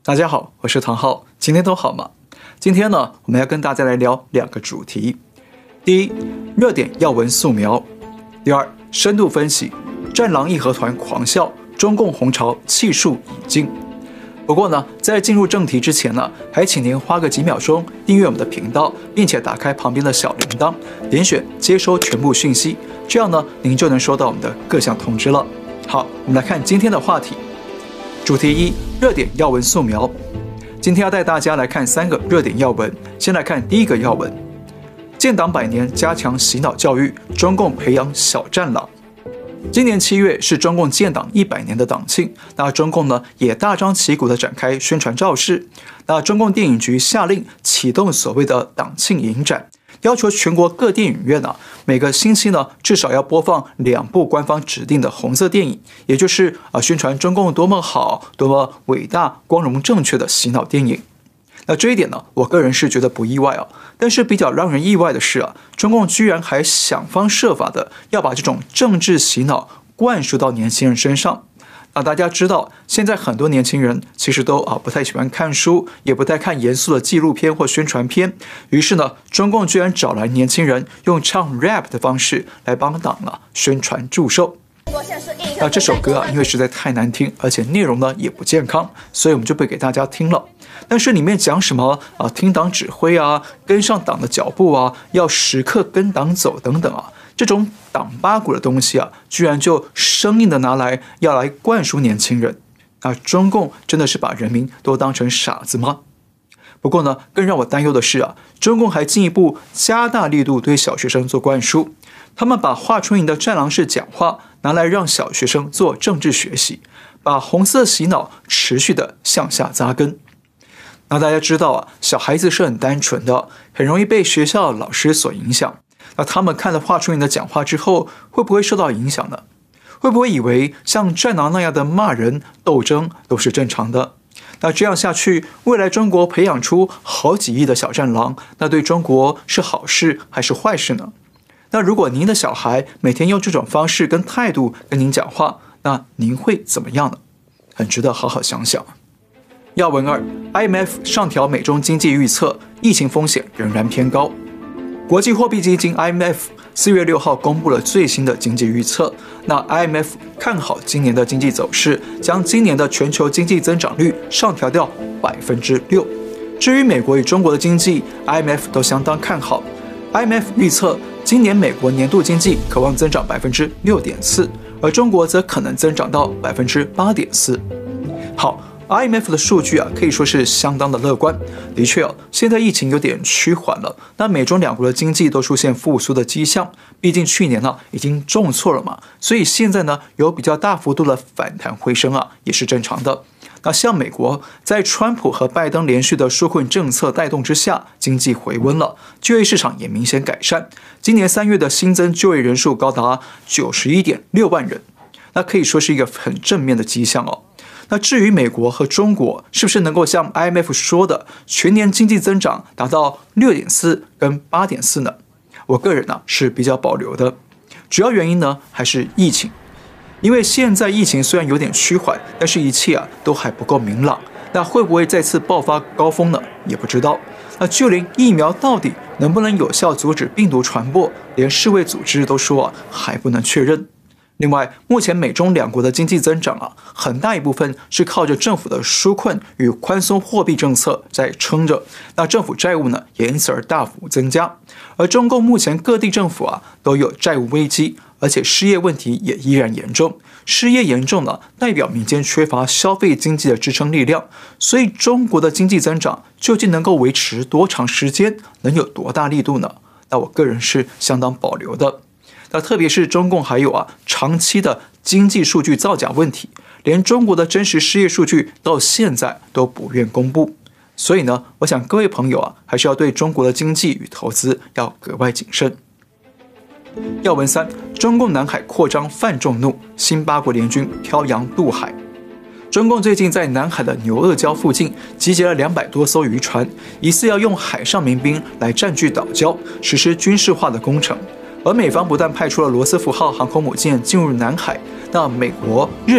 大家好，我是唐浩，今天都好吗？今天呢，我们要跟大家来聊两个主题。第一，热点要闻素描；第二，深度分析战狼义和团狂笑，中共红潮气数已尽。不过呢，在进入正题之前呢，还请您花个几秒钟订阅我们的频道，并且打开旁边的小铃铛，点选接收全部讯息，这样呢，您就能收到我们的各项通知了。好，我们来看今天的话题。主题一，热点要闻素描。今天要带大家来看3个热点要闻。先来看第一个要闻：建党100年，加强洗脑教育，中共培养小战狼。今年7月是中共建党100年的党庆，那中共呢也大张旗鼓地展开宣传造势。那中共电影局下令启动所谓的党庆影展，要求全国各电影院每个星期呢至少要播放2部官方指定的红色电影，也就是宣传中共多么好、多么伟大、光荣正确的洗脑电影。那这一点呢，我个人是觉得不意外但是比较让人意外的是中共居然还想方设法的要把这种政治洗脑灌输到年轻人身上。那大家知道，现在很多年轻人其实都不太喜欢看书，也不太看严肃的纪录片或宣传片。于是呢，中共居然找来年轻人用唱 rap 的方式来帮党宣传祝寿。那这首歌因为实在太难听，而且内容呢也不健康，所以我们就不给大家听了。但是里面讲什么听党指挥跟上党的脚步要时刻跟党走等等这种党八股的东西居然就生硬的拿来要来灌输年轻人。那中共真的是把人民都当成傻子吗？不过呢，更让我担忧的是中共还进一步加大力度对小学生做灌输。他们把华春莹的战狼式讲话拿来让小学生做政治学习，把红色洗脑持续的向下扎根。那大家知道小孩子是很单纯的，很容易被学校老师所影响。那他们看了华春莹的讲话之后，会不会受到影响呢？会不会以为像战狼那样的骂人斗争都是正常的？那这样下去，未来中国培养出好几亿的小战狼，那对中国是好事还是坏事呢？那如果您的小孩每天用这种方式跟态度跟您讲话，那您会怎么样呢？很值得好好想想。要闻2， IMF 上调美中经济预测，疫情风险仍然偏高。国际货币基金 IMF 4月6号公布了最新的经济预测。那 IMF 看好今年的经济走势，将今年的全球经济增长率上调到 6%。至于美国与中国的经济， IMF 都相当看好。IMF 预测今年美国年度经济可望增长 6.4%， 而中国则可能增长到 8.4%。 好，IMF 的数据可以说是相当的乐观。的确现在疫情有点趋缓了，那美中两国的经济都出现复苏的迹象。毕竟去年已经重挫了嘛，所以现在呢有比较大幅度的反弹回升也是正常的。那像美国在川普和拜登连续的纾困政策带动之下，经济回温了，就业市场也明显改善。今年3月的新增就业人数高达 91.6 万人，那可以说是一个很正面的迹象那至于美国和中国是不是能够像 IMF 说的全年经济增长达到 6.4 跟 8.4 呢？我个人是比较保留的。主要原因呢还是疫情。因为现在疫情虽然有点趋缓，但是一切都还不够明朗。那会不会再次爆发高峰呢？也不知道。那就连疫苗到底能不能有效阻止病毒传播，连世卫组织都说还不能确认。另外，目前美中两国的经济增长很大一部分是靠着政府的纾困与宽松货币政策在撑着。那政府债务呢，也因此而大幅增加。而中共目前各地政府都有债务危机，而且失业问题也依然严重。失业严重代表民间缺乏消费经济的支撑力量。所以中国的经济增长究竟能够维持多长时间，能有多大力度呢？那我个人是相当保留的。那特别是中共还有长期的经济数据造假问题，连中国的真实失业数据到现在都不愿公布。所以呢，我想各位朋友还是要对中国的经济与投资要格外谨慎。要闻3，中共南海扩张犯众怒，新8国联军漂洋渡海。中共最近在南海的牛轭礁附近集结了200多艘渔船，疑似要用海上民兵来占据岛礁，实施军事化的工程。而美方不但派出了罗斯福号航空母舰进入南海，那美国、日本、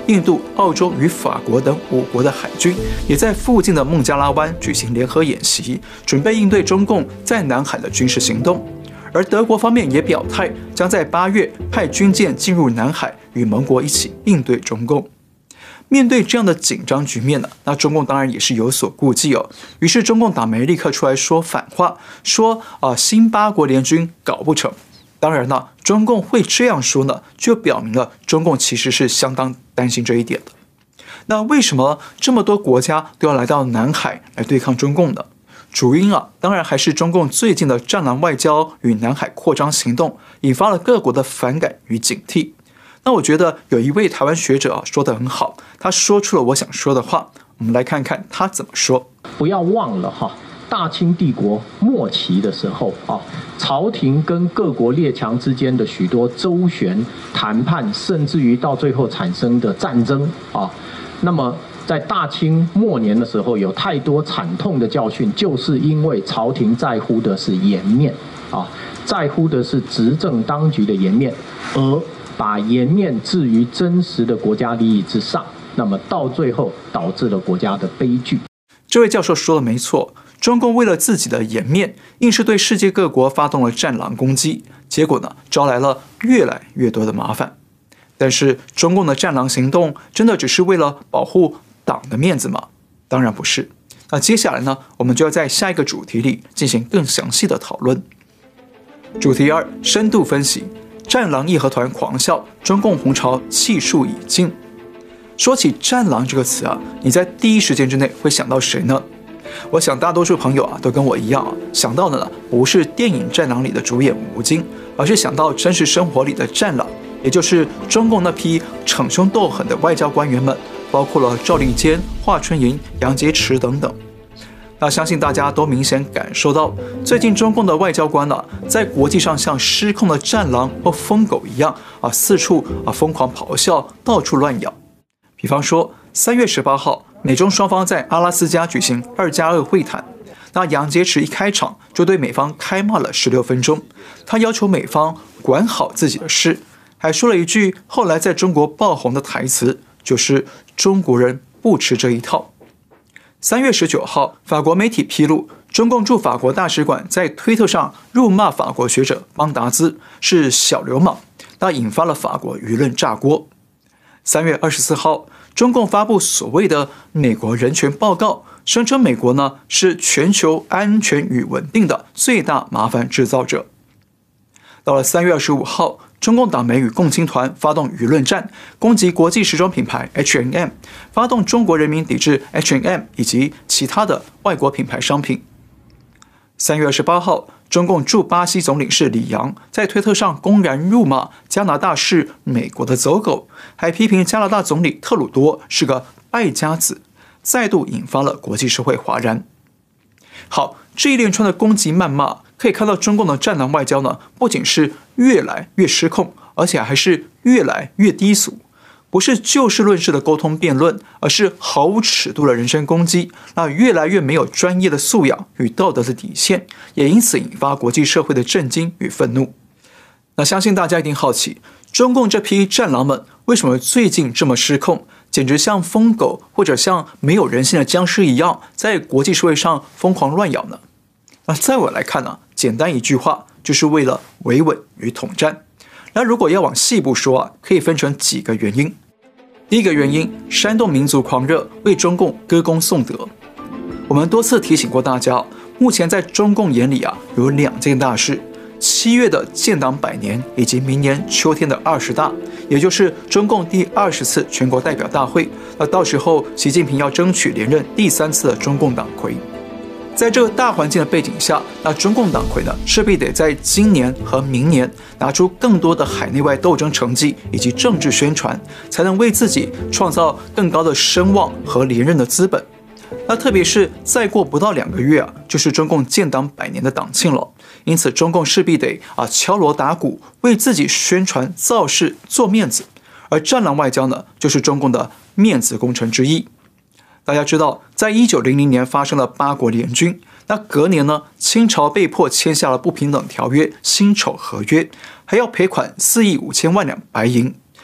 印度、澳洲与法国等5国的海军也在附近的孟加拉湾举行联合演习，准备应对中共在南海的军事行动。而德国方面也表态，将在8月派军舰进入南海，与盟国一起应对中共。面对这样的紧张局面呢，那中共当然也是有所顾忌哦。于是中共党媒立刻出来说反话，说新8国联军搞不成。当然呢，中共会这样说呢，就表明了中共其实是相当担心这一点的。那为什么这么多国家都要来到南海来对抗中共呢？主因当然还是中共最近的战狼外交与南海扩张行动，引发了各国的反感与警惕。那我觉得有一位台湾学者说得很好，他说出了我想说的话，我们来看看他怎么说。 不要忘了大清帝国末期的时候朝廷跟各国列强之间的许多周旋谈判，甚至于到最后产生的战争那么在大清末年的时候，有太多惨痛的教训，就是因为朝廷在乎的是颜面在乎的是执政当局的颜面，而把颜面置于真实的国家利益之上，那么到最后导致了国家的悲剧。 这位教授说的没错，中共为了自己的颜面，硬是对世界各国发动了战狼攻击，结果呢，招来了越来越多的麻烦。但是中共的战狼行动真的只是为了保护党的面子吗？当然不是。那接下来呢，我们就要在下一个主题里进行更详细的讨论。主题2：深度分析，战狼义和团狂笑，中共红潮气数已尽。说起战狼这个词你在第一时间之内会想到谁呢？我想大多数朋友都跟我一样想到的呢不是电影《战狼》里的主演吴京，而是想到真实生活里的战狼，也就是中共那批逞凶斗狠的外交官员们，包括了赵立坚、华春莹、杨洁篪等等。那相信大家都明显感受到，最近中共的外交官在国际上像失控的战狼或疯狗一样四处疯狂咆哮，到处乱咬。比方说3月18号，美中双方在阿拉斯加举行2+2会谈。那杨洁篪一开场就对美方开骂了16分钟，他要求美方管好自己的事，还说了一句后来在中国爆红的台词，就是中国人不吃这一套。3月19号，法国媒体披露，中共驻法国大使馆在推特上辱骂法国学者邦达兹是小流氓，那引发了法国舆论炸锅。3月24号，中共发布所谓的美国人权报告，声称美国呢是全球安全与稳定的最大麻烦制造者。到了3月25号，中共党媒与共青团发动舆论战，攻击国际时装品牌 H&M， 发动中国人民抵制 H&M 以及其他的外国品牌商品。3月28号，中共驻巴西总领事李阳在推特上公然辱骂加拿大是美国的走狗，还批评加拿大总理特鲁多是个败家子，再度引发了国际社会哗然。好，这一连串的攻击谩骂，可以看到中共的战狼外交呢，不仅是越来越失控，而且还是越来越低俗。不是就事论事的沟通辩论，而是毫无尺度的人身攻击，那越来越没有专业的素养与道德的底线，也因此引发国际社会的震惊与愤怒。那相信大家一定好奇，中共这批战狼们为什么最近这么失控，简直像疯狗或者像没有人性的僵尸一样，在国际社会上疯狂乱咬呢？那在我来看呢，简单一句话，就是为了维稳与统战。那如果要往细部说可以分成几个原因。第一个原因，煽动民族狂热，为中共歌功颂德。我们多次提醒过大家，目前在中共眼里有2件大事：7月的建党100年，以及明年秋天的20大，也就是中共第20次全国代表大会。那到时候，习近平要争取连任第3次的中共党魁。在这个大环境的背景下，那中共党魁呢，势必得在今年和明年拿出更多的海内外斗争成绩以及政治宣传，才能为自己创造更高的声望和连任的资本。那特别是再过不到2个月就是中共建党100年的党庆了，因此中共势必得敲锣打鼓，为自己宣传造势做面子。而战狼外交呢，就是中共的面子工程之一。大家知道，在1900年发生了8国联军，那隔年呢，清朝被迫签下了不平等条约《辛丑合约》，还要赔款4亿5千万两白银。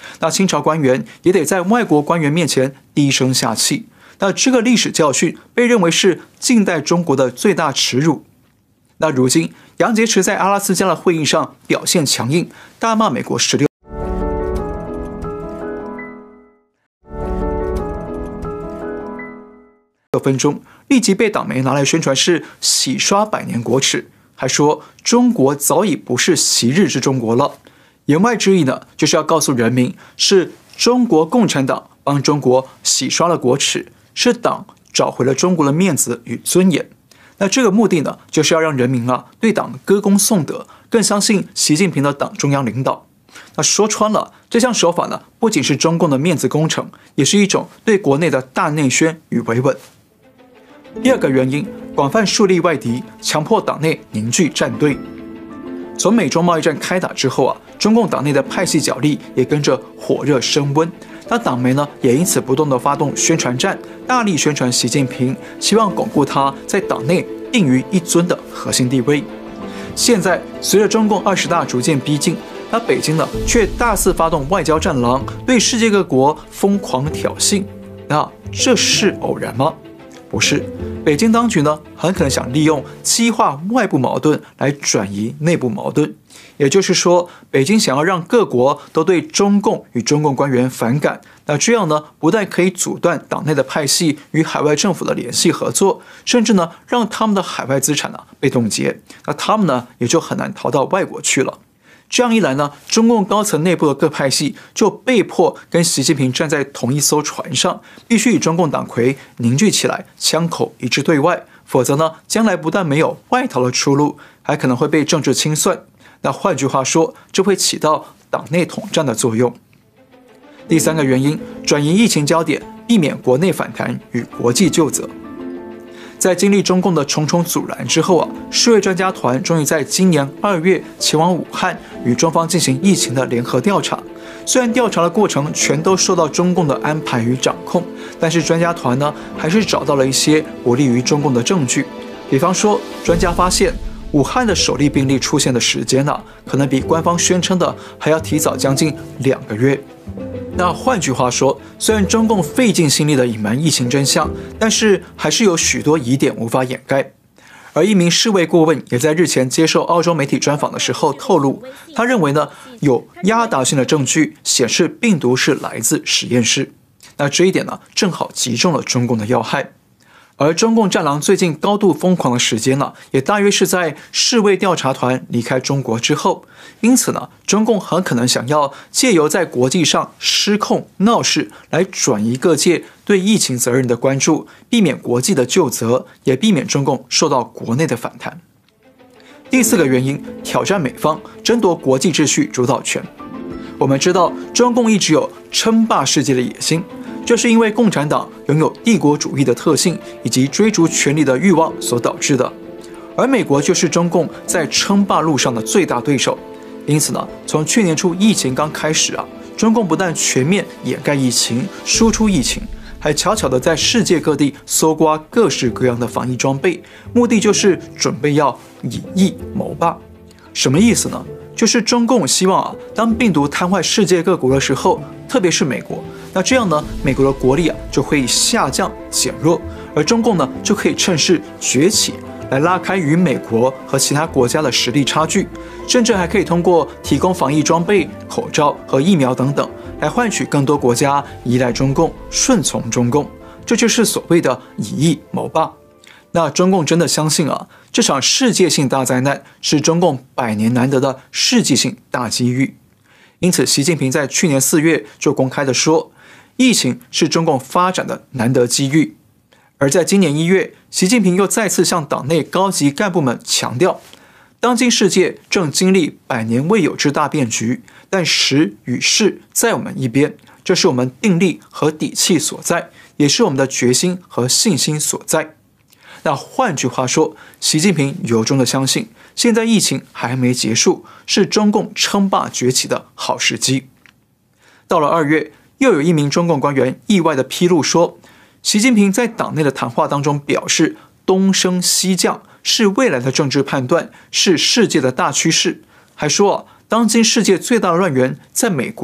那清朝官员也得在外国官员面前低声下气。那这个历史教训被认为是近代中国的最大耻辱。那如今，杨洁篪在阿拉斯加的会议上表现强硬，大骂美国16分钟，立即被党媒拿来宣传是洗刷百年国耻，还说中国早已不是昔日之中国了。言外之意呢，就是要告诉人民，是中国共产党帮中国洗刷了国耻，是党找回了中国的面子与尊严。那这个目的呢，就是要让人民对党歌功颂德，更相信习近平的党中央领导。那说穿了，这项手法呢，不仅是中共的面子工程，也是一种对国内的大内宣与维稳。第二个原因，广泛树立外敌，强迫党内凝聚战队。从美中贸易战开打之后中共党内的派系角力也跟着火热升温。那党媒呢，也因此不断的发动宣传战，大力宣传习近平，希望巩固他在党内定于一尊的核心地位。现在随着中共20大逐渐逼近，那北京呢却大肆发动外交战狼，对世界各国疯狂挑衅。那这是偶然吗？不是，北京当局呢很可能想利用激化外部矛盾来转移内部矛盾。也就是说，北京想要让各国都对中共与中共官员反感，那这样呢，不但可以阻断党内的派系与海外政府的联系合作，甚至呢，让他们的海外资产被冻结，那他们呢也就很难逃到外国去了。这样一来呢，中共高层内部的各派系就被迫跟习近平站在同一艘船上，必须与中共党魁凝聚起来，枪口一致对外，否则呢，将来不但没有外逃的出路，还可能会被政治清算。那换句话说，这会起到党内统战的作用。第三个原因，转移疫情焦点，避免国内反弹与国际究责。在经历中共的重重阻拦之后世卫专家团终于在今年2月前往武汉与中方进行疫情的联合调查。虽然调查的过程全都受到中共的安排与掌控，但是专家团呢还是找到了一些不利于中共的证据。比方说，专家发现武汉的首例病例出现的时间可能比官方宣称的还要提早将近2个月。那换句话说，虽然中共费尽心力的隐瞒疫情真相，但是还是有许多疑点无法掩盖。而一名世卫顾问也在日前接受澳洲媒体专访的时候透露，他认为呢有压倒性的证据显示病毒是来自实验室。那这一点呢，正好击中了中共的要害。而中共战狼最近高度疯狂的时间也大约是在世卫调查团离开中国之后。因此呢，中共很可能想要借由在国际上失控闹事来转移各界对疫情责任的关注，避免国际的究责，也避免中共受到国内的反弹。第四个原因，挑战美方，争夺国际秩序主导权。我们知道，中共一直有称霸世界的野心，这是因为共产党拥有帝国主义的特性以及追逐权力的欲望所导致的。而美国就是中共在称霸路上的最大对手。因此呢，从去年初疫情刚开始中共不但全面掩盖疫情、输出疫情，还悄悄地在世界各地搜刮各式各样的防疫装备，目的就是准备要以疫谋霸。什么意思呢？就是中共希望当病毒瘫痪世界各国的时候，特别是美国，那这样呢，美国的国力就会下降减弱，而中共呢就可以趁势崛起，来拉开与美国和其他国家的实力差距，甚至还可以通过提供防疫装备、口罩和疫苗等等，来换取更多国家依赖中共、顺从中共。这就是所谓的以疫谋霸。那中共真的相信这场世界性大灾难是中共100年难得的世纪性大机遇。因此，习近平在去年4月就公开的说，疫情是中共发展的难得机遇。而在今年1月，习近平又再次向党内高级干部们强调，当今世界正经历100年未有之大变局，但时与势在我们一边，这是我们定力和底气所在，也是我们的决心和信心所在。那换句话说，习近平由衷的相信，现在疫情还没结束，是中共称霸崛起的好时机。到了2月，又有一名中共官员意外的披露说，习近平在党内的谈话当中表示，东升西降是未来的政治判断，是世界的大趋势。还说当今世界最大的乱源在美国，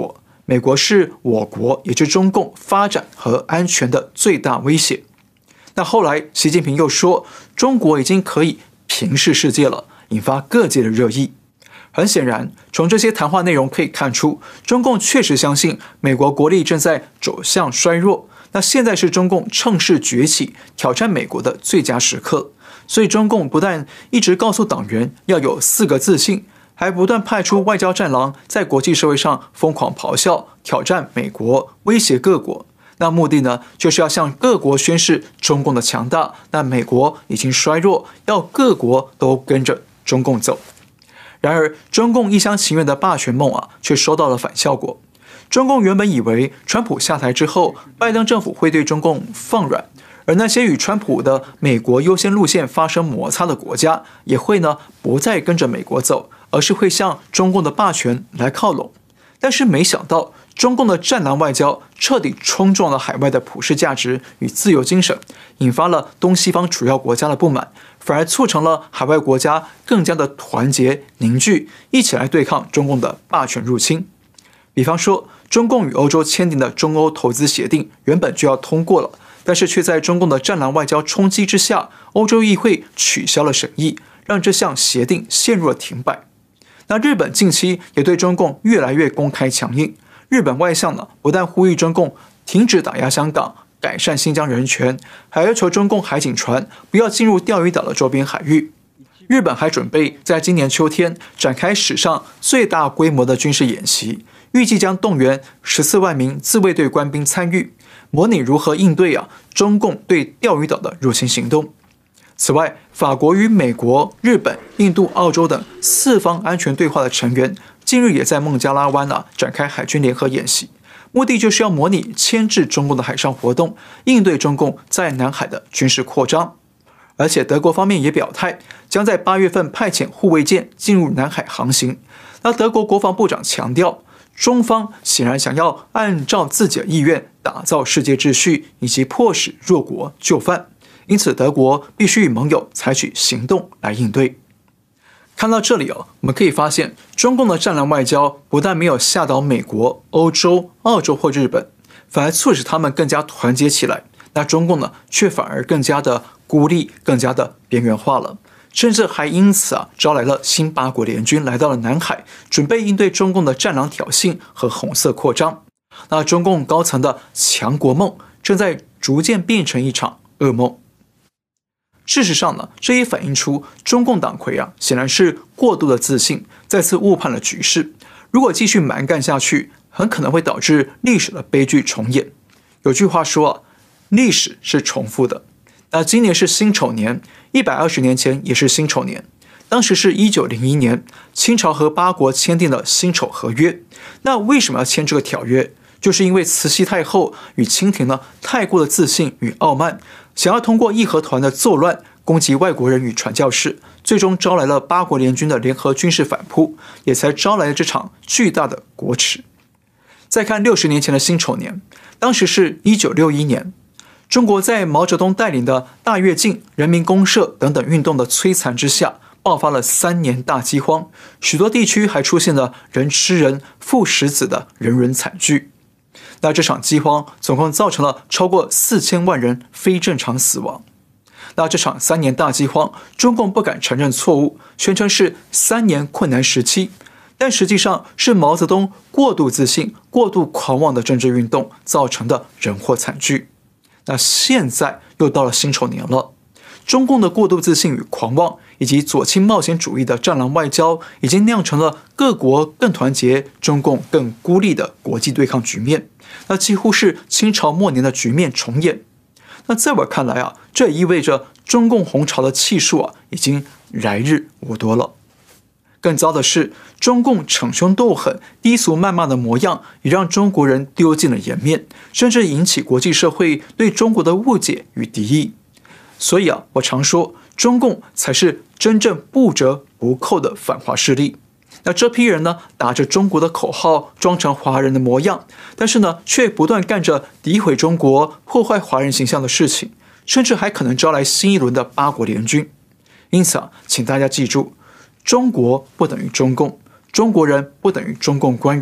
美国是我国，也是中共发展和安全的最大威胁。那后来，习近平又说，中国已经可以平视世界了，引发各界的热议。很显然，从这些谈话内容可以看出，中共确实相信美国国力正在走向衰弱。那现在是中共趁势崛起、挑战美国的最佳时刻。所以，中共不但一直告诉党员要有4个自信，还不断派出外交战狼在国际社会上疯狂咆哮，挑战美国，威胁各国。那目的呢，就是要向各国宣示中共的强大，那美国已经衰弱，要各国都跟着中共走。然而，中共一厢情愿的霸权梦却收到了反效果。中共原本以为川普下台之后，拜登政府会对中共放软，而那些与川普的美国优先路线发生摩擦的国家，也会不再跟着美国走，而是会向中共的霸权来靠拢。但是没想到，中共的战狼外交彻底冲撞了海外的普世价值与自由精神，引发了东西方主要国家的不满，反而促成了海外国家更加的团结凝聚，一起来对抗中共的霸权入侵。比方说，中共与欧洲签订的中欧投资协定原本就要通过了，但是却在中共的战狼外交冲击之下，欧洲议会取消了审议，让这项协定陷入了停摆。那日本近期也对中共越来越公开强硬，日本外相不但呼吁中共停止打压香港、改善新疆人权，还要求中共海警船不要进入钓鱼岛的周边海域。日本还准备在今年秋天展开史上最大规模的军事演习，预计将动员14万名自卫队官兵参与，模拟如何应对中共对钓鱼岛的入侵行动。此外，法国与美国、日本、印度、澳洲等4方安全对话的成员近日也在孟加拉湾展开海军联合演习，目的就是要模拟牵制中共的海上活动，应对中共在南海的军事扩张。而且德国方面也表态，将在8月份派遣护卫舰进入南海航行。那德国国防部长强调，中方显然想要按照自己的意愿打造世界秩序，以及迫使弱国就范。因此，德国必须与盟友采取行动来应对。看到这里我们可以发现，中共的战狼外交不但没有吓倒美国、欧洲、澳洲或日本，反而促使他们更加团结起来。那中共却反而更加的孤立，更加的边缘化了，甚至还因此招来了新8国联军来到了南海，准备应对中共的战狼挑衅和红色扩张。那中共高层的强国梦正在逐渐变成一场噩梦。事实上这也反映出中共党魁显然是过度的自信，再次误判了局势。如果继续蛮干下去，很可能会导致历史的悲剧重演。有句话说历史是重复的。那今年是辛丑年，120年前也是辛丑年，当时是1901年，清朝和8国签订了辛丑合约。那为什么要签这个条约？就是因为慈禧太后与清廷太过的自信与傲慢，想要通过义和团的作乱攻击外国人与传教士，最终招来了8国联军的联合军事反扑，也才招来了这场巨大的国耻。再看60年前的辛丑年，当时是1961年，中国在毛泽东带领的大跃进、人民公社等等运动的摧残之下，爆发了3年大饥荒，许多地区还出现了人吃人、父食子的人伦惨剧。那这场饥荒总共造成了超过4000万人非正常死亡。那这场3年大饥荒，中共不敢承认错误，宣称是3年困难时期，但实际上是毛泽东过度自信、过度狂妄的政治运动造成的人祸惨剧。那现在又到了辛丑年了，中共的过度自信与狂妄，以及左倾冒险主义的战狼外交，已经酿成了各国更团结、中共更孤立的国际对抗局面。那几乎是清朝末年的局面重演。那在我看来这也意味着中共红潮的气数已经来日无多了。更糟的是，中共逞凶斗狠、低俗谩骂的模样，也让中国人丢尽了颜面，甚至引起国际社会对中国的误解与敌意。所以我常说，中共才是真正不折不扣的反华势力。那这批人打着中国的口号，装成华人的模样，但是却不断干着诋毁中国、破坏华人形象的事情，甚至还可能招来新一轮的8国联军。因此请大家记住，中国不等于中共，中国人不等于中共官员。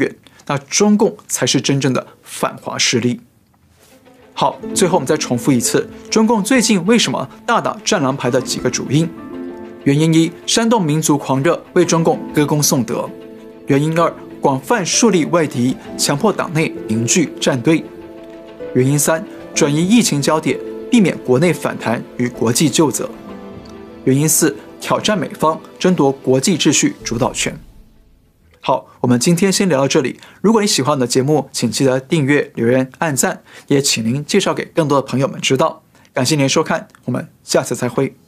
那中共才是真正的反华势力。好，最后我们再重复一次，中共最近为什么大打战狼牌的几个主因。原因一，煽动民族狂热，为中共歌功颂德。原因二，广泛树立外敌，强迫党内凝聚站队。原因三，转移疫情焦点，避免国内反弹与国际究责。原因四，挑战美方，争夺国际秩序主导权。好，我们今天先聊到这里。如果你喜欢我的节目，请记得订阅、留言、按赞，也请您介绍给更多的朋友们知道。感谢您的收看，我们下次再会。